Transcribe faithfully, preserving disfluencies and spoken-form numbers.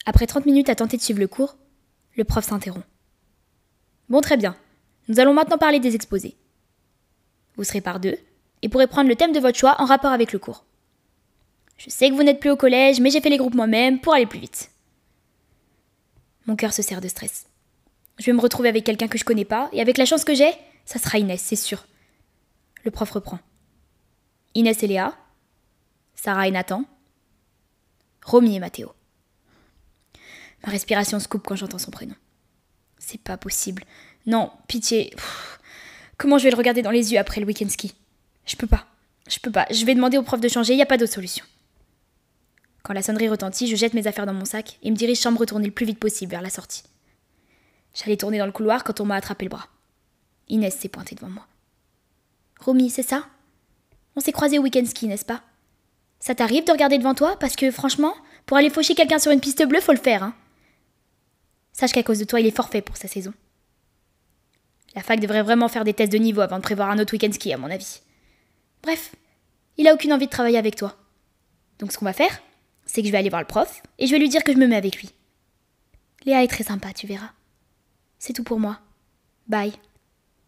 Après trente minutes à tenter de suivre le cours, le prof s'interrompt. Bon, très bien. Nous allons maintenant parler des exposés. Vous serez par deux et pourrez prendre le thème de votre choix en rapport avec le cours. Je sais que vous n'êtes plus au collège, mais j'ai fait les groupes moi-même pour aller plus vite. Mon cœur se serre de stress. Je vais me retrouver avec quelqu'un que je connais pas, et avec la chance que j'ai, ça sera Inès, c'est sûr. Le prof reprend. Inès et Léa, Sarah et Nathan, Romy et Mathéo. Ma respiration se coupe quand j'entends son prénom. C'est pas possible. Non, pitié. Pff, comment je vais le regarder dans les yeux après le week-end ski ? Je peux pas. Je peux pas. Je vais demander au prof de changer, il n'y a pas d'autre solution. Quand la sonnerie retentit, je jette mes affaires dans mon sac et me dirige sans me retourner le plus vite possible vers la sortie. J'allais tourner dans le couloir quand on m'a attrapé le bras. Inès s'est pointée devant moi. Romy, c'est ça ? On s'est croisés au week-end ski, n'est-ce pas ? Ça t'arrive de regarder devant toi ? Parce que, franchement, pour aller faucher quelqu'un sur une piste bleue, faut le faire, hein. Sache qu'à cause de toi, il est forfait pour sa saison. La fac devrait vraiment faire des tests de niveau avant de prévoir un autre week-end ski, à mon avis. Bref, il a aucune envie de travailler avec toi. Donc ce qu'on va faire, c'est que je vais aller voir le prof et je vais lui dire que je me mets avec lui. Léa est très sympa, tu verras. C'est tout pour moi. Bye.